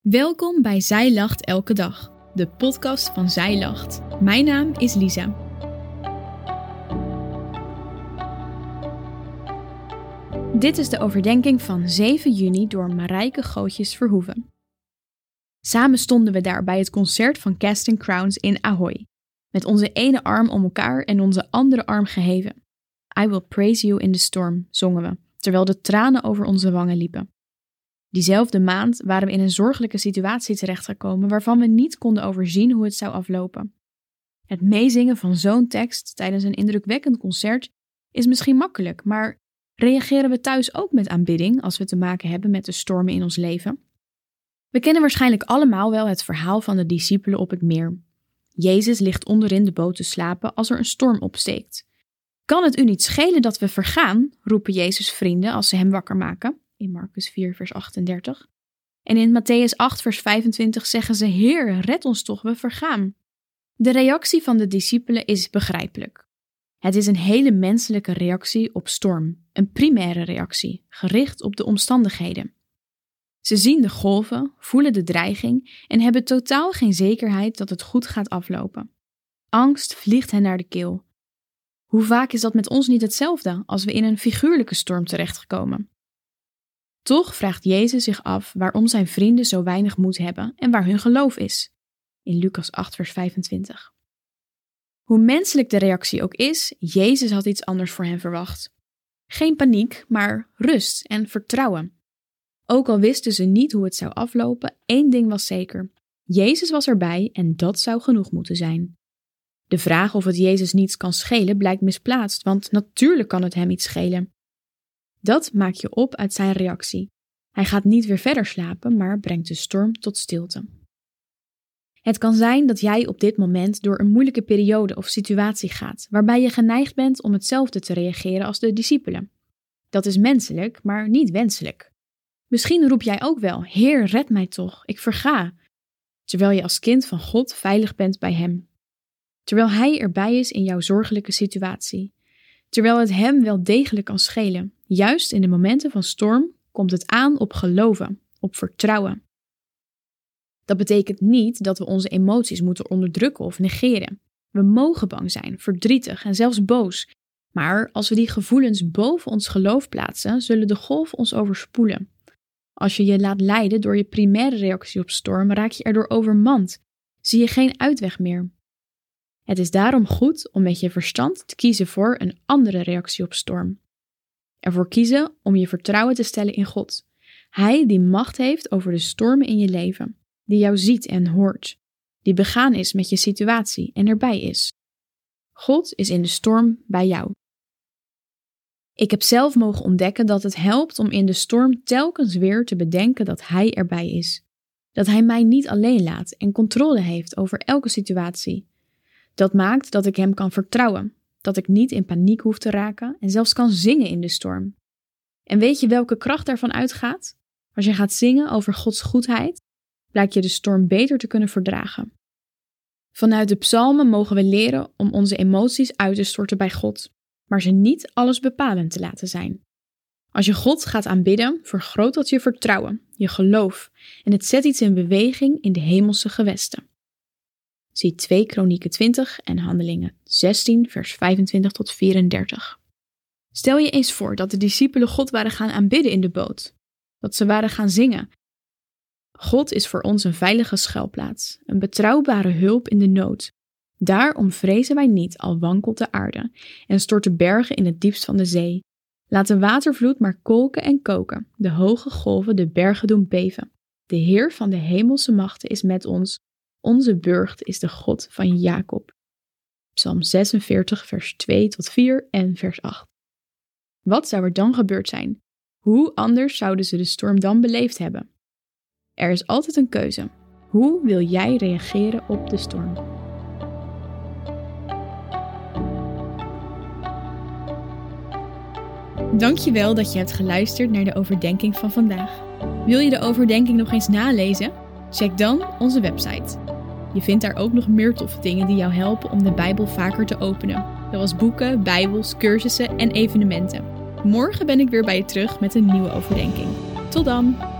Welkom bij Zij Lacht Elke Dag, de podcast van Zij Lacht. Mijn naam is Lisa. Dit is de overdenking van 7 juni door Marijke Gootjes Verhoeven. Samen stonden we daar bij het concert van Casting Crowns in Ahoy. Met onze ene arm om elkaar en onze andere arm geheven. I will praise you in the storm, zongen we, terwijl de tranen over onze wangen liepen. Diezelfde maand waren we in een zorgelijke situatie terechtgekomen waarvan we niet konden overzien hoe het zou aflopen. Het meezingen van zo'n tekst tijdens een indrukwekkend concert is misschien makkelijk, maar reageren we thuis ook met aanbidding als we te maken hebben met de stormen in ons leven? We kennen waarschijnlijk allemaal wel het verhaal van de discipelen op het meer. Jezus ligt onderin de boot te slapen als er een storm opsteekt. Kan het u niet schelen dat we vergaan, roepen Jezus' vrienden als ze hem wakker maken, in Marcus 4 vers 38. En in Mattheüs 8 vers 25 zeggen ze, Heer, red ons toch, we vergaan. De reactie van de discipelen is begrijpelijk. Het is een hele menselijke reactie op storm, een primaire reactie, gericht op de omstandigheden. Ze zien de golven, voelen de dreiging en hebben totaal geen zekerheid dat het goed gaat aflopen. Angst vliegt hen naar de keel. Hoe vaak is dat met ons niet hetzelfde als we in een figuurlijke storm terechtgekomen? Toch vraagt Jezus zich af waarom zijn vrienden zo weinig moed hebben en waar hun geloof is. In Lucas 8 vers 25. Hoe menselijk de reactie ook is, Jezus had iets anders voor hen verwacht. Geen paniek, maar rust en vertrouwen. Ook al wisten ze niet hoe het zou aflopen, één ding was zeker. Jezus was erbij en dat zou genoeg moeten zijn. De vraag of het Jezus niets kan schelen blijkt misplaatst, want natuurlijk kan het hem iets schelen. Dat maak je op uit zijn reactie. Hij gaat niet weer verder slapen, maar brengt de storm tot stilte. Het kan zijn dat jij op dit moment door een moeilijke periode of situatie gaat, waarbij je geneigd bent om hetzelfde te reageren als de discipelen. Dat is menselijk, maar niet wenselijk. Misschien roep jij ook wel, Heer, red mij toch, ik verga, terwijl je als kind van God veilig bent bij hem. Terwijl hij erbij is in jouw zorgelijke situatie. Terwijl het hem wel degelijk kan schelen. Juist in de momenten van storm komt het aan op geloven, op vertrouwen. Dat betekent niet dat we onze emoties moeten onderdrukken of negeren. We mogen bang zijn, verdrietig en zelfs boos. Maar als we die gevoelens boven ons geloof plaatsen, zullen de golven ons overspoelen. Als je je laat leiden door je primaire reactie op storm, raak je erdoor overmand. Zie je geen uitweg meer. Het is daarom goed om met je verstand te kiezen voor een andere reactie op storm. Ervoor kiezen om je vertrouwen te stellen in God. Hij die macht heeft over de stormen in je leven. Die jou ziet en hoort. Die begaan is met je situatie en erbij is. God is in de storm bij jou. Ik heb zelf mogen ontdekken dat het helpt om in de storm telkens weer te bedenken dat Hij erbij is. Dat Hij mij niet alleen laat en controle heeft over elke situatie. Dat maakt dat ik hem kan vertrouwen, dat ik niet in paniek hoef te raken en zelfs kan zingen in de storm. En weet je welke kracht daarvan uitgaat? Als je gaat zingen over Gods goedheid, blijkt je de storm beter te kunnen verdragen. Vanuit de psalmen mogen we leren om onze emoties uit te storten bij God, maar ze niet alles bepalend te laten zijn. Als je God gaat aanbidden, vergroot dat je vertrouwen, je geloof en het zet iets in beweging in de hemelse gewesten. Zie 2 Kronieken 20 en Handelingen 16 vers 25 tot 34. Stel je eens voor dat de discipelen God waren gaan aanbidden in de boot. Dat ze waren gaan zingen. God is voor ons een veilige schuilplaats, een betrouwbare hulp in de nood. Daarom vrezen wij niet, al wankelt de aarde en storten bergen in het diepst van de zee. Laat de watervloed maar kolken en koken, de hoge golven de bergen doen beven. De Heer van de hemelse machten is met ons. Onze burcht is de God van Jacob. Psalm 46 vers 2 tot 4 en vers 8. Wat zou er dan gebeurd zijn? Hoe anders zouden ze de storm dan beleefd hebben? Er is altijd een keuze. Hoe wil jij reageren op de storm? Dankjewel dat je hebt geluisterd naar de overdenking van vandaag. Wil je de overdenking nog eens nalezen? Check dan onze website. Je vindt daar ook nog meer toffe dingen die jou helpen om de Bijbel vaker te openen. Zoals boeken, bijbels, cursussen en evenementen. Morgen ben ik weer bij je terug met een nieuwe overdenking. Tot dan!